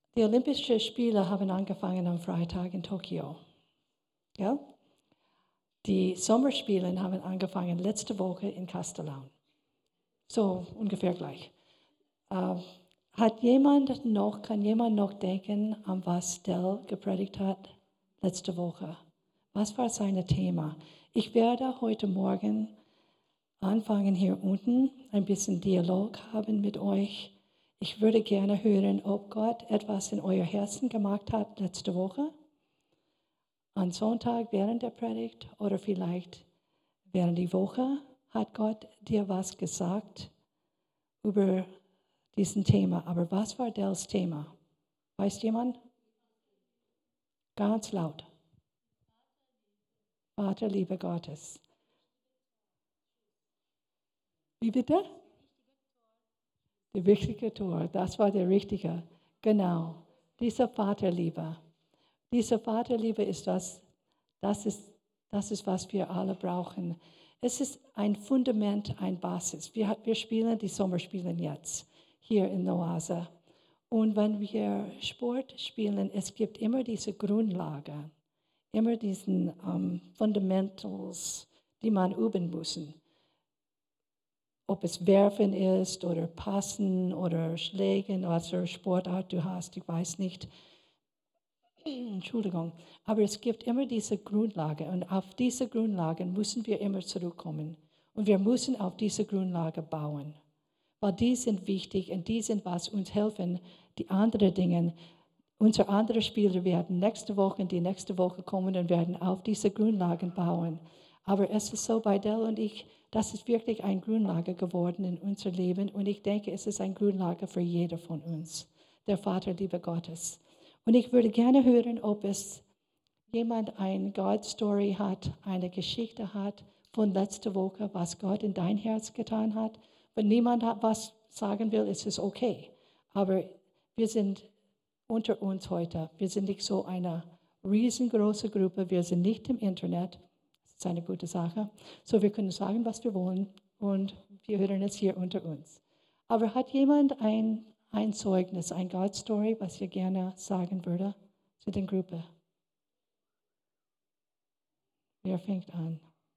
Die Olympischen Spiele haben angefangen am Freitag in Tokio. Ja? Die Sommerspiele haben angefangen letzte Woche in Castellan. So ungefähr gleich. Kann jemand noch denken, an was Dell gepredigt hat letzte Woche? Was war sein Thema? Ich werde heute Morgen anfangen hier unten, ein bisschen Dialog haben mit euch. Ich würde gerne hören, ob Gott etwas in euer Herzen gemacht hat letzte Woche, am Sonntag während der Predigt oder vielleicht während die Woche. Hat Gott dir was gesagt über diesen Thema? Aber was war Dells Thema? Weiß jemand? Ganz laut. Vaterliebe Gottes. Wie bitte? Die wichtige Tor, das war der richtige. Genau. Diese Vaterliebe. Diese Vaterliebe ist das ist, was wir alle brauchen. Es ist ein Fundament, ein Basis. Wir spielen die Sommerspiele jetzt hier in Oase. Und wenn wir Sport spielen, es gibt immer diese Grundlage, immer diesen Fundamentals, die man üben muss. Ob es Werfen ist oder Passen oder Schlägen, was für Sportart du hast, ich weiß nicht. Entschuldigung. Aber es gibt immer diese Grundlage und auf diese Grundlage müssen wir immer zurückkommen. Und wir müssen auf diese Grundlage bauen. Weil die sind wichtig und die sind, was uns helfen, die anderen Dinge. Unsere anderen Spieler werden die nächste Woche kommen und werden auf diese Grundlagen bauen. Aber es ist so bei Dell und ich, das ist wirklich eine Grundlage geworden in unser Leben. Und ich denke, es ist eine Grundlage für jeder von uns, der Vaterliebe Gottes. Und ich würde gerne hören, ob es jemand eine God-Story hat, eine Geschichte hat von letzter Woche, was Gott in dein Herz getan hat. Wenn niemand was sagen will, ist es okay. Aber wir sind unter uns heute. Wir sind nicht so eine riesengroße Gruppe. Wir sind nicht im Internet. Das ist eine gute Sache. So, wir können sagen, was wir wollen. Und wir hören es hier unter uns. Aber hat jemand ein Zeugnis, ein God-Story, was ihr gerne sagen würde zu der Gruppe? Wer fängt an?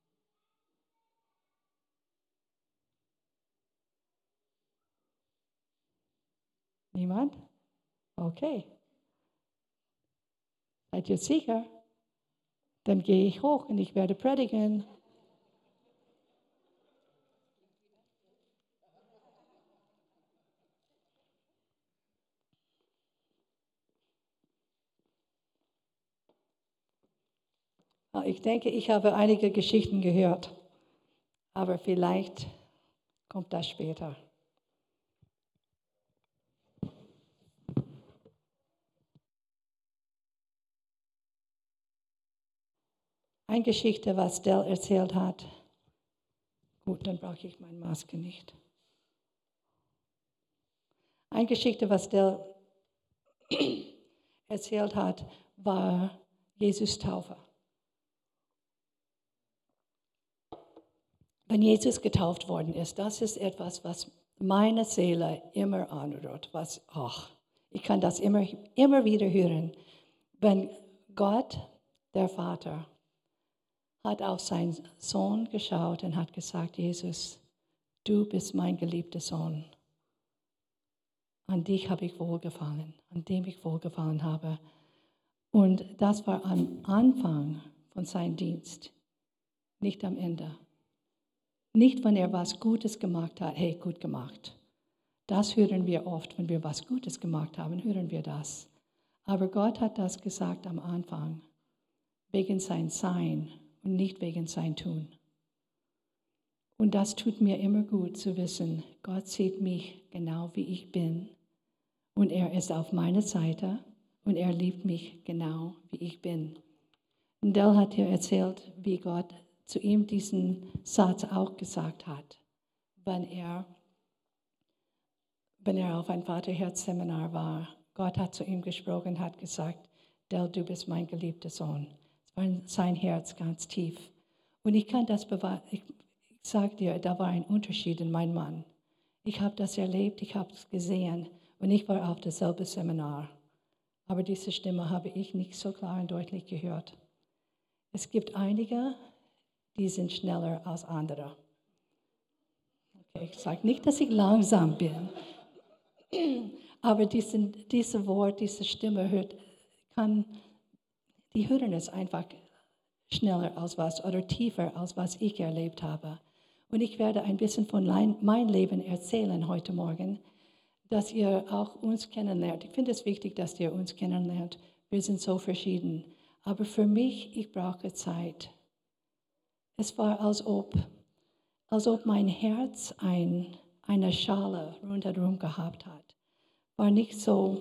Niemand? Okay. Seid ihr sicher? Dann gehe ich hoch und ich werde predigen. Ich denke, ich habe einige Geschichten gehört, aber vielleicht kommt das später. Eine Geschichte, was Dell erzählt hat. Gut, dann brauche ich meine Maske nicht. Eine Geschichte, was Dell erzählt hat, war Jesus Taufe. Wenn Jesus getauft worden ist, das ist etwas, was meine Seele immer anrührt. Ich kann das immer wieder hören. Wenn Gott, der Vater, hat auf seinen Sohn geschaut und hat gesagt, Jesus, du bist mein geliebter Sohn. An dich habe ich wohlgefallen, an dem ich wohlgefallen habe. Und das war am Anfang von seinem Dienst, nicht am Ende. Nicht, wenn er was Gutes gemacht hat, hey, gut gemacht. Das hören wir oft, wenn wir was Gutes gemacht haben, hören wir das. Aber Gott hat das gesagt am Anfang, wegen sein Sein und nicht wegen sein Tun. Und das tut mir immer gut zu wissen, Gott sieht mich genau wie ich bin und er ist auf meiner Seite und er liebt mich genau wie ich bin. Und Dell hat dir erzählt, wie Gott zu ihm diesen Satz auch gesagt hat, wenn er auf ein Vaterherz-Seminar war. Gott hat zu ihm gesprochen, hat gesagt, Dell, du bist mein geliebter Sohn. Es war sein Herz ganz tief. Und ich kann das bewahren. Ich sage dir, da war ein Unterschied in meinem Mann. Ich habe das erlebt, ich habe es gesehen und ich war auf dasselbe Seminar. aber diese Stimme habe ich nicht so klar und deutlich gehört. Es gibt einige, die sind schneller als andere. Okay, ich sage nicht, dass ich langsam bin, aber diese Wort, diese Stimme die hören es einfach schneller als was oder tiefer als was ich erlebt habe. Und ich werde ein bisschen von meinem Leben erzählen heute Morgen, dass ihr auch uns kennenlernt. Ich finde es wichtig, dass ihr uns kennenlernt. Wir sind so verschieden. Aber für mich, ich brauche Zeit. Es war, als ob mein Herz eine Schale rundherum gehabt hat. War nicht so,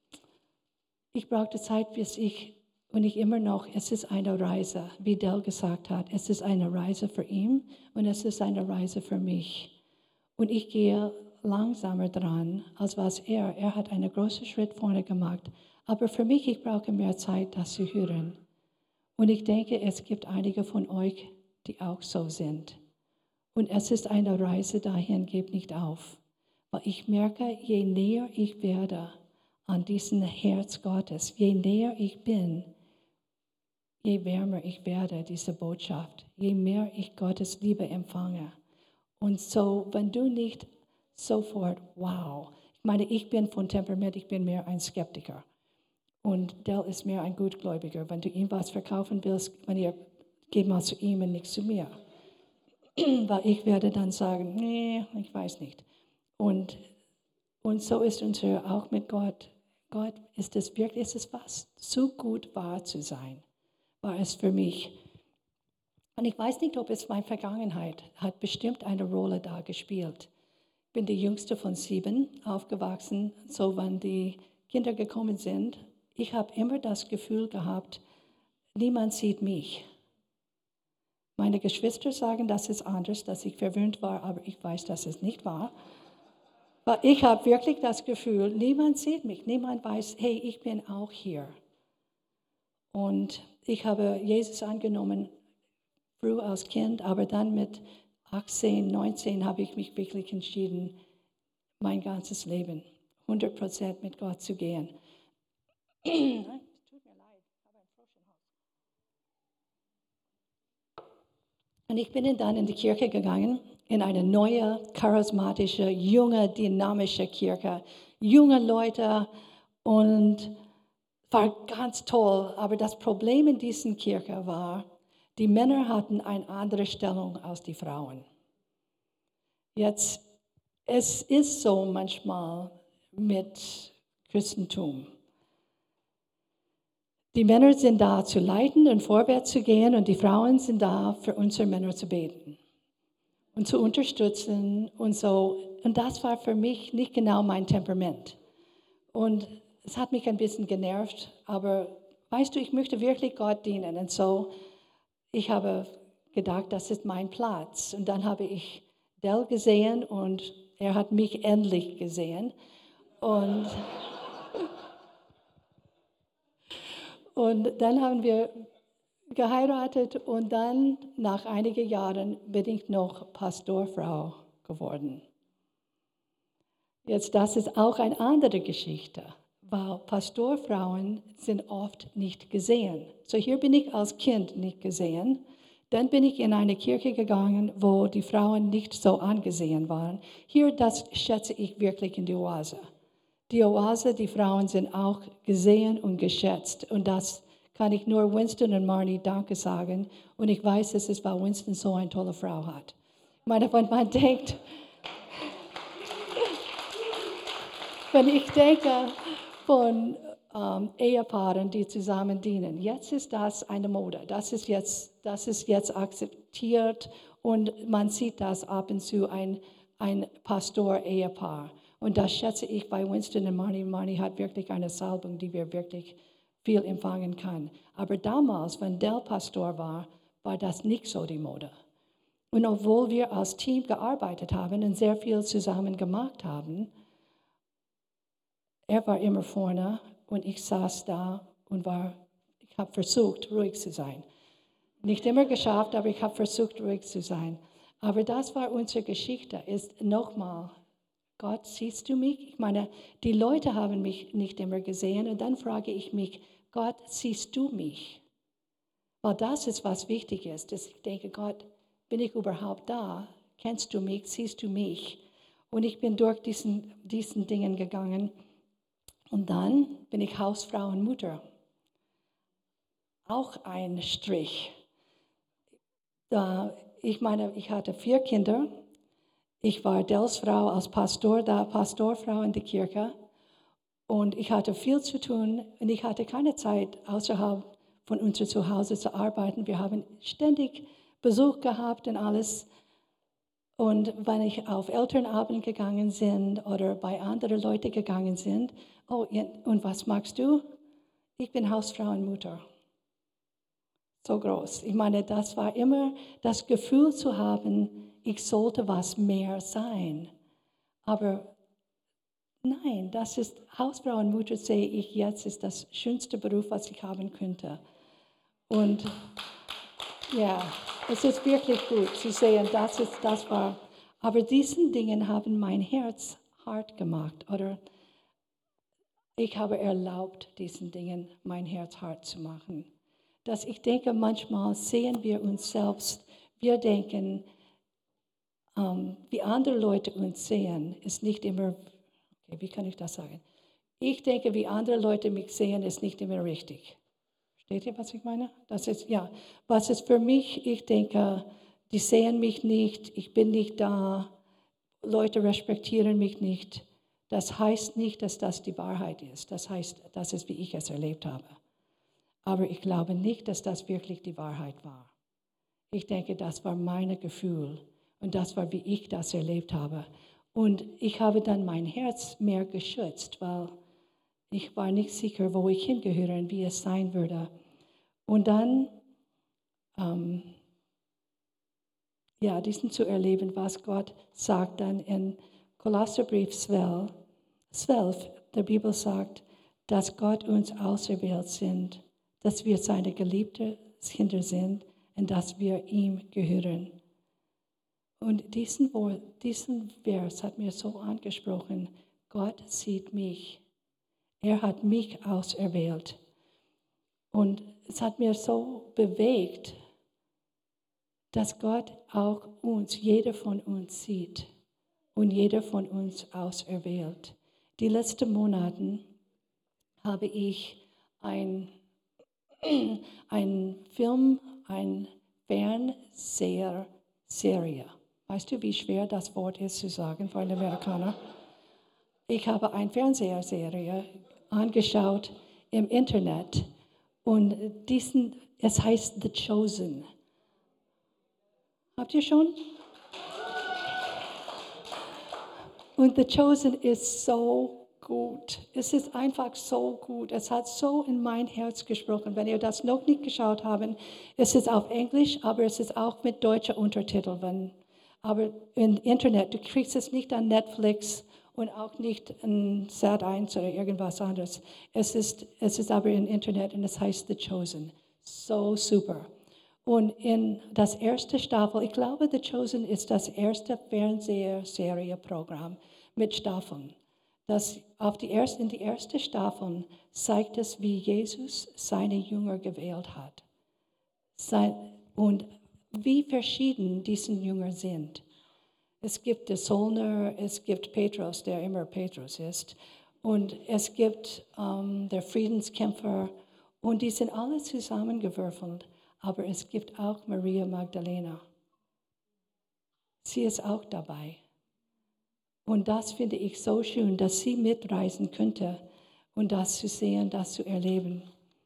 ich brauchte Zeit, und ich immer noch, es ist eine Reise, wie Del gesagt hat. Es ist eine Reise für ihn und es ist eine Reise für mich. Und ich gehe langsamer dran, als was er. Er hat einen großen Schritt vorne gemacht. Aber für mich, ich brauche mehr Zeit, das zu hören. Und ich denke, es gibt einige von euch, die auch so sind. Und es ist eine Reise dahin, gebt nicht auf. Weil ich merke, je näher ich werde an diesen Herz Gottes, je näher ich bin, je wärmer ich werde, diese Botschaft, je mehr ich Gottes Liebe empfange. Und so, wenn du nicht sofort, wow, ich meine, ich bin von Temperament, ich bin mehr ein Skeptiker. Und Del ist mehr ein Gutgläubiger. Wenn du ihm was verkaufen willst, geh mal zu ihm und nicht zu mir. Weil ich werde dann sagen, nee, ich weiß nicht. Und so ist unser auch mit Gott. Gott, ist es was zu gut wahr zu sein, war es für mich. Und ich weiß nicht, ob es meine Vergangenheit hat bestimmt eine Rolle da gespielt. Ich bin die jüngste von 7 aufgewachsen. So, wenn die Kinder gekommen sind, ich habe immer das Gefühl gehabt, niemand sieht mich. Meine Geschwister sagen, das ist anders, dass ich verwöhnt war, aber ich weiß, dass es nicht war. Weil ich habe wirklich das Gefühl, niemand sieht mich, niemand weiß, hey, ich bin auch hier. Und ich habe Jesus angenommen, früh als Kind, aber dann mit 18, 19 habe ich mich wirklich entschieden, mein ganzes Leben 100% mit Gott zu gehen. Es tut mir leid, ich habe ein Frosch im Hals. Und ich bin dann in die Kirche gegangen, in eine neue, charismatische, junge, dynamische Kirche. Junge Leute und war ganz toll. Aber das Problem in dieser Kirche war, die Männer hatten eine andere Stellung als die Frauen. Jetzt, es ist so manchmal mit Christentum. Die Männer sind da zu leiten und vorwärts zu gehen und die Frauen sind da für unsere Männer zu beten und zu unterstützen und so. Und das war für mich nicht genau mein Temperament. Und es hat mich ein bisschen genervt, aber weißt du, ich möchte wirklich Gott dienen. Und so, ich habe gedacht, das ist mein Platz. Und dann habe ich Del gesehen und er hat mich endlich gesehen. Und dann haben wir geheiratet und dann nach einigen Jahren bin ich noch Pastorfrau geworden. Jetzt, das ist auch eine andere Geschichte, weil Pastorfrauen sind oft nicht gesehen. So hier bin ich als Kind nicht gesehen. Dann bin ich in eine Kirche gegangen, wo die Frauen nicht so angesehen waren. Hier, das schätze ich wirklich in die Oase. Die Oase, die Frauen sind auch gesehen und geschätzt. Und das kann ich nur Winston und Marnie Danke sagen. Und ich weiß, es ist, weil Winston so eine tolle Frau hat. Ich meine, wenn ich denke von Ehepaaren, die zusammen dienen, jetzt ist das eine Mode. Das ist jetzt akzeptiert und man sieht das ab und zu ein Pastor-Ehepaar. Und das schätze ich bei Winston und Marnie. Marnie hat wirklich eine Salbung, die wir wirklich viel empfangen kann. Aber damals, wenn Del Pastor war das nicht so die Mode. Und obwohl wir als Team gearbeitet haben und sehr viel zusammen gemacht haben, er war immer vorne und ich saß da und ich habe versucht, ruhig zu sein. Nicht immer geschafft, aber ich habe versucht, ruhig zu sein. Aber das war unsere Geschichte, ist nochmal Gott, siehst du mich? Ich meine, die Leute haben mich nicht immer gesehen und dann frage ich mich, Gott, siehst du mich? Weil das ist, was wichtig ist, dass ich denke, Gott, bin ich überhaupt da? Kennst du mich? Siehst du mich? Und ich bin durch diesen Dingen gegangen und dann bin ich Hausfrau und Mutter. Auch ein Strich. Ich meine, ich hatte 4 Kinder. Ich war Dellsfrau als Pastorfrau in der Kirche. Und ich hatte viel zu tun und ich hatte keine Zeit, außerhalb von unserem Zuhause zu arbeiten. Wir haben ständig Besuch gehabt und alles. Und wenn ich auf Elternabend gegangen bin oder bei anderen Leuten gegangen bin, oh, und was machst du? Ich bin Hausfrau und Mutter. So groß. Ich meine, das war immer das Gefühl zu haben, ich sollte was mehr sein. Aber nein, das ist Hausfrau und Mutter, sehe ich jetzt, ist das schönste Beruf, was ich haben könnte. Und ja, es ist wirklich gut zu sehen, das war. Aber diese Dinge haben mein Herz hart gemacht. Oder ich habe erlaubt, diesen Dingen mein Herz hart zu machen. Dass ich denke, manchmal sehen wir uns selbst, wir denken, wie andere Leute uns sehen, ist nicht immer, okay, wie kann ich das sagen? Ich denke, wie andere Leute mich sehen, ist nicht immer richtig. Versteht ihr, was ich meine? Das ist, ja, was ist für mich, ich denke, die sehen mich nicht, ich bin nicht da, Leute respektieren mich nicht. Das heißt nicht, dass das die Wahrheit ist. Das heißt, das ist, wie ich es erlebt habe. Aber ich glaube nicht, dass das wirklich die Wahrheit war. Ich denke, das war mein Gefühl und das war, wie ich das erlebt habe. Und ich habe dann mein Herz mehr geschützt, weil ich war nicht sicher, wo ich hingehöre und wie es sein würde. Und dann, diesen zu erleben, was Gott sagt dann in Kolosserbrief 12, der Bibel sagt, dass Gott uns auserwählt sind, dass wir seine geliebten Kinder sind und dass wir ihm gehören. Und diesen Vers hat mir so angesprochen, Gott sieht mich. Er hat mich auserwählt. Und es hat mir so bewegt, dass Gott auch uns, jeder von uns sieht und jeder von uns auserwählt. Die letzten Monate habe ich ein Film, eine Fernseherserie. Weißt du, wie schwer das Wort ist zu sagen für einen Amerikaner? Ich habe eine Fernseherserie angeschaut im Internet und es heißt The Chosen. Habt ihr schon? Und The Chosen ist so gut. Es ist einfach so gut. Es hat so in mein Herz gesprochen. Wenn ihr das noch nicht geschaut habt, es ist auf Englisch, aber es ist auch mit deutschen Untertiteln. Aber im Internet, du kriegst es nicht an Netflix und auch nicht in Sat1 oder irgendwas anderes. Es ist aber im Internet und es heißt The Chosen. So super. Und in das erste Staffel, ich glaube, The Chosen ist das erste Fernsehserieprogramm mit Staffeln. In die erste Staffel zeigt es, wie Jesus seine Jünger gewählt hat. Und wie verschieden diese Jünger sind. Es gibt den Zollner, es gibt Petrus, der immer Petrus ist. Und es gibt der Friedenskämpfer. Und die sind alle zusammengewürfelt. Aber es gibt auch Maria Magdalena. Sie ist auch dabei. Und das finde ich so schön, dass sie mitreisen könnte und das zu sehen, das zu erleben.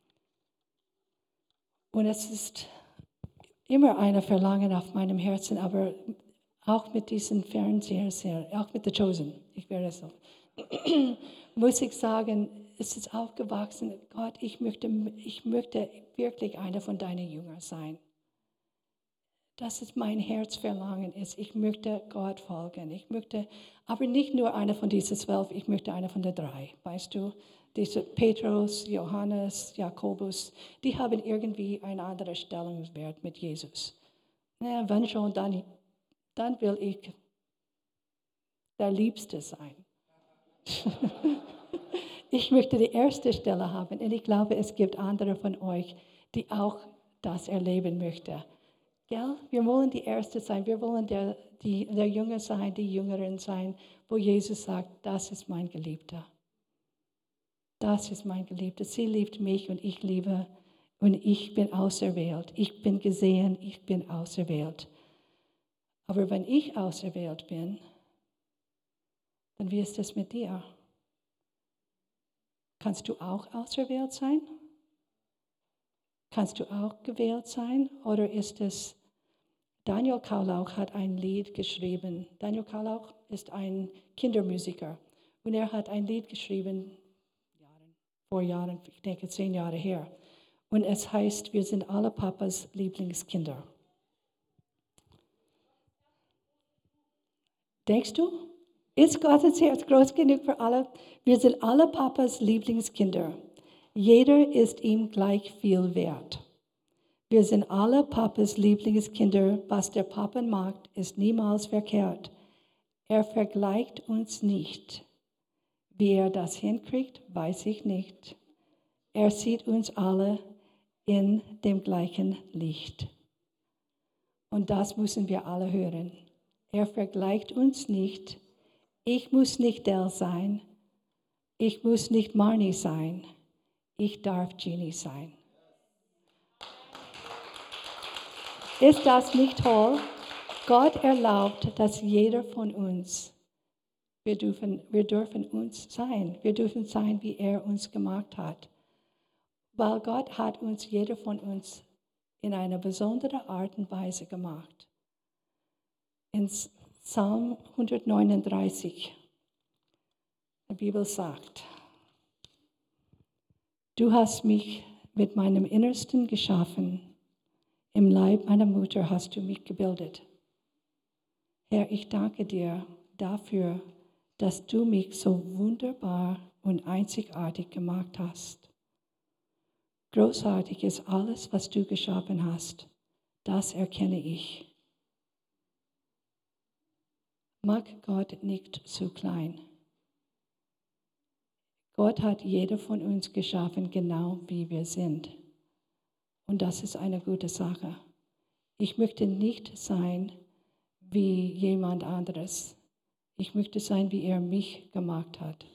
Und es ist immer ein Verlangen auf meinem Herzen, aber auch mit diesen Fernsehserien, auch mit The Chosen, ich werde es so, muss ich sagen, es ist aufgewachsen, Gott, ich möchte wirklich einer von deinen Jüngern sein. Das ist mein Herzverlangen ist. Ich möchte Gott folgen. Ich möchte, aber nicht nur einer von diesen 12, ich möchte einer von den 3. Weißt du, diese Petrus, Johannes, Jakobus, die haben irgendwie einen anderen Stellenwert mit Jesus. Na, wenn schon, dann will ich der Liebste sein. Ich möchte die erste Stelle haben und ich glaube, es gibt andere von euch, die auch das erleben möchten. Gell? Wir wollen die Erste sein, wir wollen der Jünger sein, die Jüngerin sein, wo Jesus sagt, das ist mein Geliebter. Das ist mein Geliebter. Sie liebt mich und ich liebe und ich bin auserwählt. Ich bin gesehen, ich bin auserwählt. Aber wenn ich auserwählt bin, dann wie ist es mit dir? Kannst du auch auserwählt sein? Kannst du auch gewählt sein? Oder ist es, Daniel Kaulauch hat ein Lied geschrieben. Daniel Kaulauch ist ein Kindermusiker. Und er hat ein Lied geschrieben, vor Jahren, ich denke 10 Jahre her. Und es heißt, wir sind alle Papas Lieblingskinder. Denkst du? Ist Gottes Herz groß genug für alle? Wir sind alle Papas Lieblingskinder. Jeder ist ihm gleich viel wert. Wir sind alle Papas Lieblingskinder. Was der Papa macht, ist niemals verkehrt. Er vergleicht uns nicht. Wie er das hinkriegt, weiß ich nicht. Er sieht uns alle in dem gleichen Licht. Und das müssen wir alle hören. Er vergleicht uns nicht. Ich muss nicht Del sein. Ich muss nicht Marnie sein. Ich darf Jeannie sein. Ist das nicht toll? Gott erlaubt, dass jeder von uns, wir dürfen uns sein. Wir dürfen sein, wie er uns gemacht hat. Weil Gott hat uns, jeder von uns, in einer besonderen Art und Weise gemacht. In Psalm 139, die Bibel sagt, du hast mich mit meinem Innersten geschaffen, im Leib meiner Mutter hast du mich gebildet. Herr, ich danke dir dafür, dass du mich so wunderbar und einzigartig gemacht hast. Großartig ist alles, was du geschaffen hast. Das erkenne ich. Mag Gott nicht zu klein. Gott hat jeder von uns geschaffen, genau wie wir sind. Und das ist eine gute Sache. Ich möchte nicht sein wie jemand anderes. Ich möchte sein, wie er mich gemacht hat.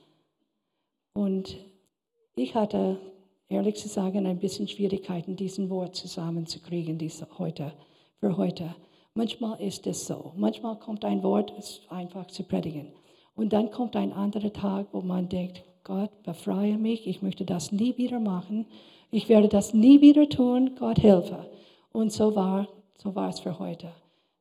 Und ich hatte, ehrlich zu sagen, ein bisschen Schwierigkeiten, diesen Wort zusammenzukriegen für heute. Manchmal ist es so. Manchmal kommt ein Wort, es ist einfach zu predigen. Und dann kommt ein anderer Tag, wo man denkt, Gott, befreie mich, ich möchte das nie wieder machen. Ich werde das nie wieder tun, Gott hilfe. Und so war es für heute.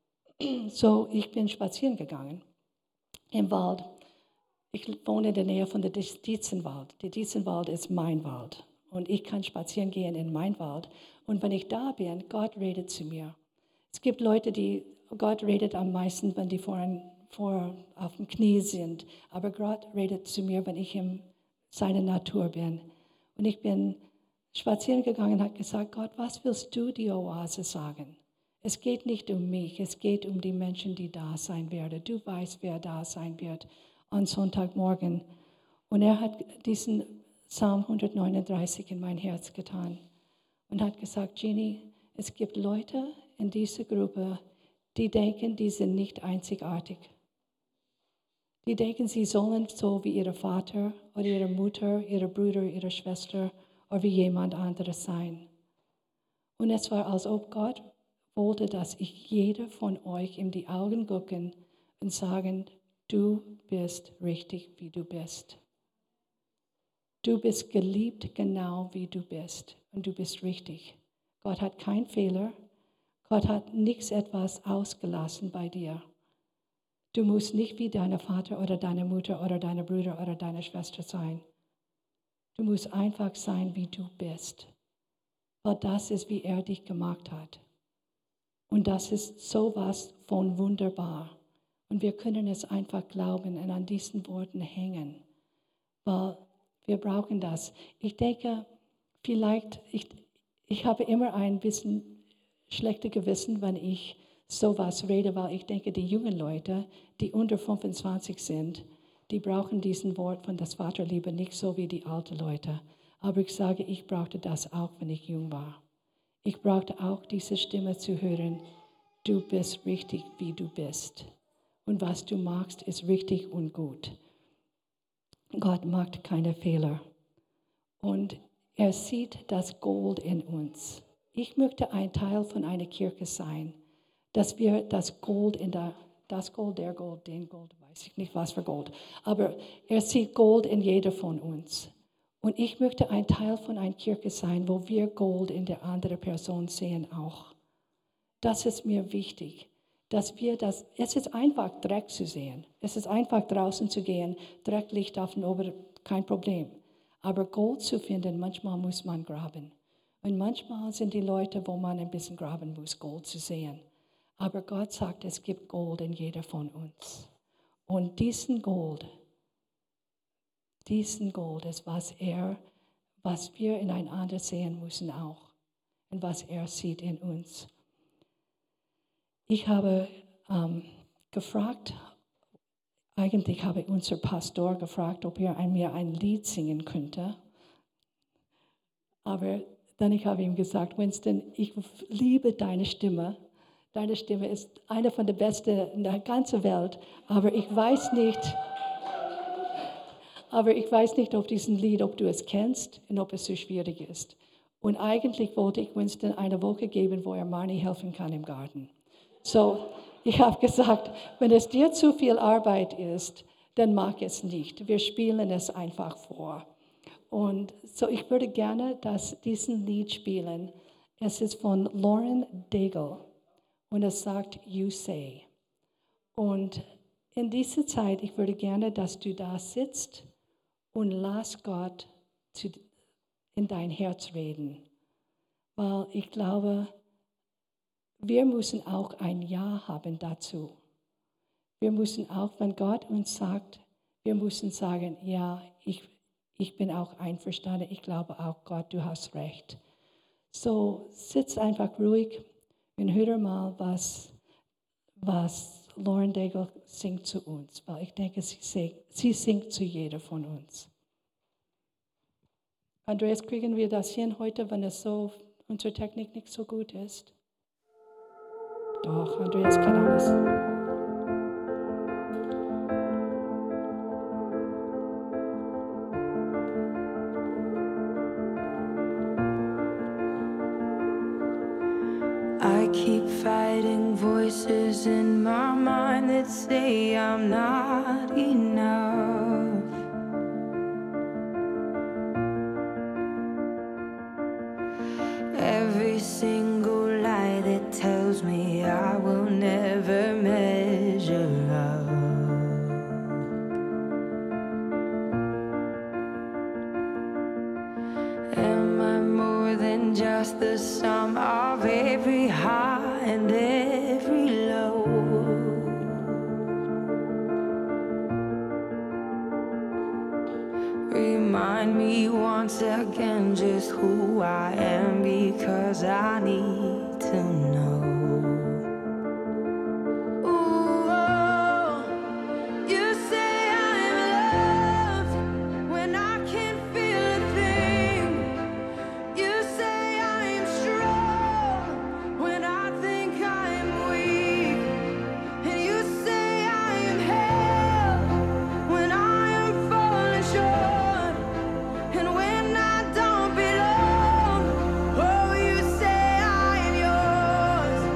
So, ich bin spazieren gegangen im Wald. Ich wohne in der Nähe von der Dietzenwald. Der Dietzenwald ist mein Wald. Und ich kann spazieren gehen in mein Wald. Und wenn ich da bin, Gott redet zu mir. Es gibt Leute, Gott redet am meisten, wenn die auf dem Knie sind. Aber Gott redet zu mir, wenn ich in seiner Natur bin. Und ich bin spazieren gegangen und habe gesagt, Gott, was willst du die Oase sagen? Es geht nicht um mich, es geht um die Menschen, die da sein werden. Du weißt, wer da sein wird am Sonntagmorgen. Und er hat diesen Psalm 139 in mein Herz getan und hat gesagt, Jeannie, es gibt Leute in dieser Gruppe, die denken, die sind nicht einzigartig. Die denken, sie sollen so wie ihr Vater oder ihre Mutter, ihre Brüder, ihre Schwester oder wie jemand anderes sein. Und es war, als ob Gott wollte, dass ich jeder von euch in die Augen gucken und sagen, du bist richtig, wie du bist. Du bist geliebt, genau wie du bist. Und du bist richtig. Gott hat keinen Fehler. Gott hat nichts etwas ausgelassen bei dir. Du musst nicht wie dein Vater oder deine Mutter oder deine Brüder oder deine Schwester sein. Du musst einfach sein, wie du bist. Weil das ist, wie er dich gemacht hat. Und das ist sowas von wunderbar. Und wir können es einfach glauben und an diesen Worten hängen. Weil wir brauchen das. Ich denke, vielleicht, ich habe immer ein bisschen schlechtes Gewissen, wenn ich sowas rede, weil ich denke, die jungen Leute, die unter 25 sind, die brauchen diesen Wort von das Vaterliebe nicht so wie die alten Leute. Aber ich sage, ich brauchte das auch, wenn ich jung war. Ich brauchte auch diese Stimme zu hören, du bist richtig, wie du bist. Und was du machst, ist richtig und gut. Gott macht keine Fehler. Und er sieht das Gold in uns. Ich möchte ein Teil von einer Kirche sein, dass wir das Gold der Gold, den Gold, weiß ich nicht was für Gold, aber er sieht Gold in jeder von uns. Und ich möchte ein Teil von einer Kirche sein, wo wir Gold in der anderen Person sehen auch. Das ist mir wichtig, dass wir das, es ist einfach Dreck zu sehen. Es ist einfach draußen zu gehen, Dreck liegt auf dem Ober, kein Problem. Aber Gold zu finden, manchmal muss man graben. Und manchmal sind die Leute, wo man ein bisschen graben muss, Gold zu sehen. Aber Gott sagt, es gibt Gold in jeder von uns. Und diesen Gold ist, was wir ineinander sehen müssen auch. Und was er sieht in uns. Ich habe gefragt, eigentlich habe ich unser Pastor gefragt, ob er mir ein Lied singen könnte. Aber dann habe ich ihm gesagt, Winston, ich liebe deine Stimme. Deine Stimme ist eine von der besten in der ganzen Welt. Aber ich weiß nicht, ob diesen Lied, ob du es kennst und ob es so schwierig ist. Und eigentlich wollte ich Winston eine Woche geben, wo er Marnie helfen kann im Garten. So, ich habe gesagt, wenn es dir zu viel Arbeit ist, dann mach es nicht. Wir spielen es einfach vor. Und so, ich würde gerne diesen Lied spielen. Es ist von Lauren Daigle und es sagt, You Say. Und in dieser Zeit, ich würde gerne, dass du da sitzt und lass Gott in dein Herz reden. Weil ich glaube, wir müssen auch ein Ja haben dazu. Wir müssen auch, wenn Gott uns sagt, wir müssen sagen, ja, ich bin auch einverstanden. Ich glaube auch, Gott, du hast recht. So, sitz einfach ruhig und hör mal, was Lauren Daigle singt zu uns. Weil ich denke, sie singt zu jeder von uns. Andreas, kriegen wir das hin heute, wenn unsere Technik nicht so gut ist? Doch, Andreas kann alles. I keep fighting voices in my mind that say I'm not enough. Every single lie that tells me I will never measure up. Am I more than just the sum of every high and every low? Remind me once again just who I am, because I need to know. Ooh, oh, you say I'm loved when I can't feel a thing. You say I'm strong when I think I'm weak. And you say I am held when I am falling short. And when I don't belong, oh, you say I am yours.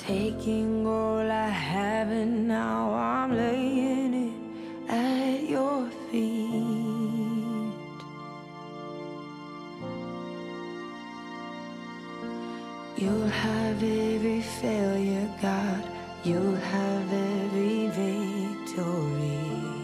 taking all I have and now I'm laying it at your feet. You'll have every failure, God. You'll have every victory.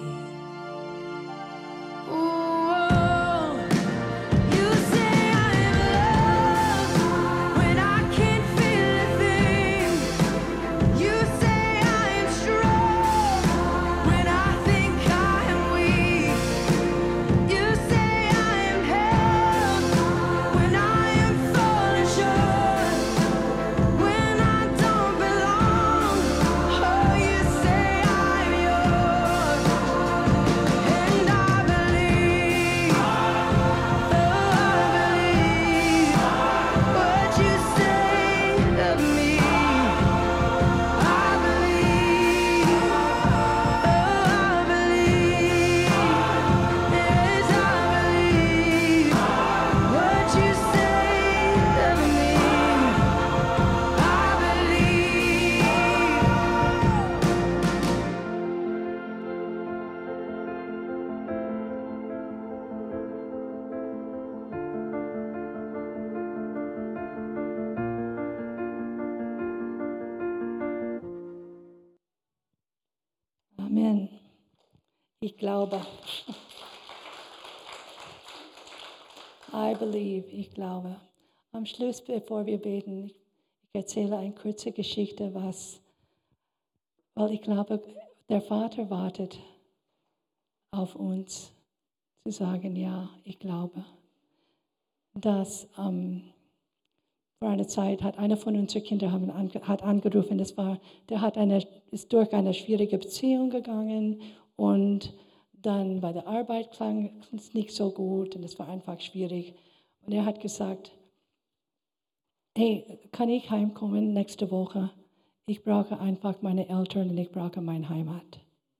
Amen. Ich glaube. I believe, ich glaube. Am Schluss, bevor wir beten, ich erzähle eine kurze Geschichte, weil ich glaube, der Vater wartet auf uns, zu sagen, ja, ich glaube. Dass vor einer Zeit hat einer von unseren Kindern hat angerufen, ist durch eine schwierige Beziehung gegangen und dann bei der Arbeit klang es nicht so gut und es war einfach schwierig. Und er hat gesagt, hey, kann ich heimkommen nächste Woche? Ich brauche einfach meine Eltern und ich brauche meine Heimat.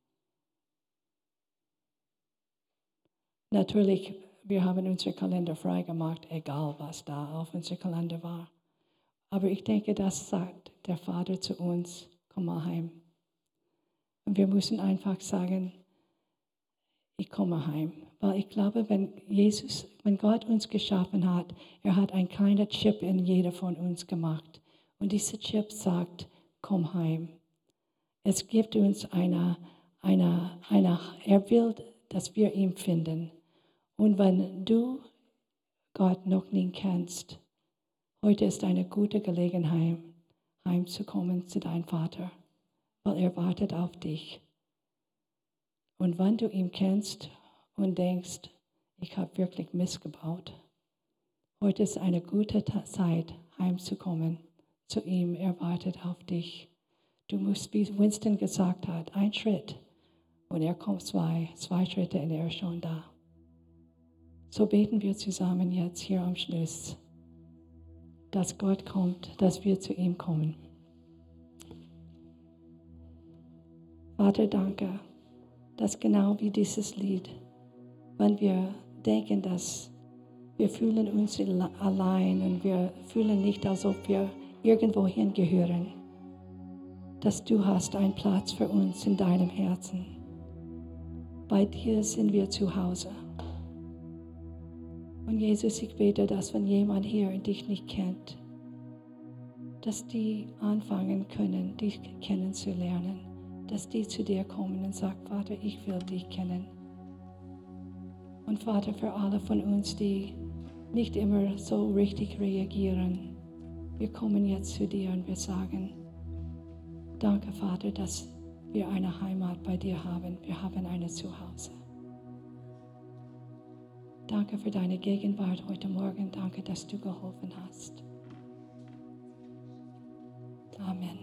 Natürlich, wir haben unseren Kalender freigemacht, egal was da auf unserem Kalender war. Aber ich denke, das sagt der Vater zu uns, komm mal heim. Und wir müssen einfach sagen, ich komme heim. Weil ich glaube, wenn Gott uns geschaffen hat, er hat einen kleinen Chip in jeder von uns gemacht. Und dieser Chip sagt, komm heim. Es gibt uns er will, dass wir ihn finden. Und wenn du Gott noch nicht kennst, heute ist eine gute Gelegenheit, heimzukommen zu deinem Vater, weil er wartet auf dich. Und wenn du ihn kennst und denkst, ich habe wirklich missgebaut, heute ist eine gute Zeit, heimzukommen zu ihm. Er wartet auf dich. Du musst, wie Winston gesagt hat, einen Schritt und er kommt zwei Schritte und er ist schon da. So beten wir zusammen jetzt hier am Schluss, dass Gott kommt, dass wir zu ihm kommen. Vater, danke, dass genau wie dieses Lied, wenn wir denken, dass wir fühlen uns allein und wir fühlen nicht, als ob wir irgendwo hingehören, dass du hast einen Platz für uns in deinem Herzen. Bei dir sind wir zu Hause. Und Jesus, ich bete, dass wenn jemand hier dich nicht kennt, dass die anfangen können, dich kennenzulernen, dass die zu dir kommen und sagen, Vater, ich will dich kennen. Und Vater, für alle von uns, die nicht immer so richtig reagieren, wir kommen jetzt zu dir und wir sagen, danke, Vater, dass wir eine Heimat bei dir haben. Wir haben ein Zuhause. Danke für deine Gegenwart heute Morgen. Danke, dass du geholfen hast. Amen.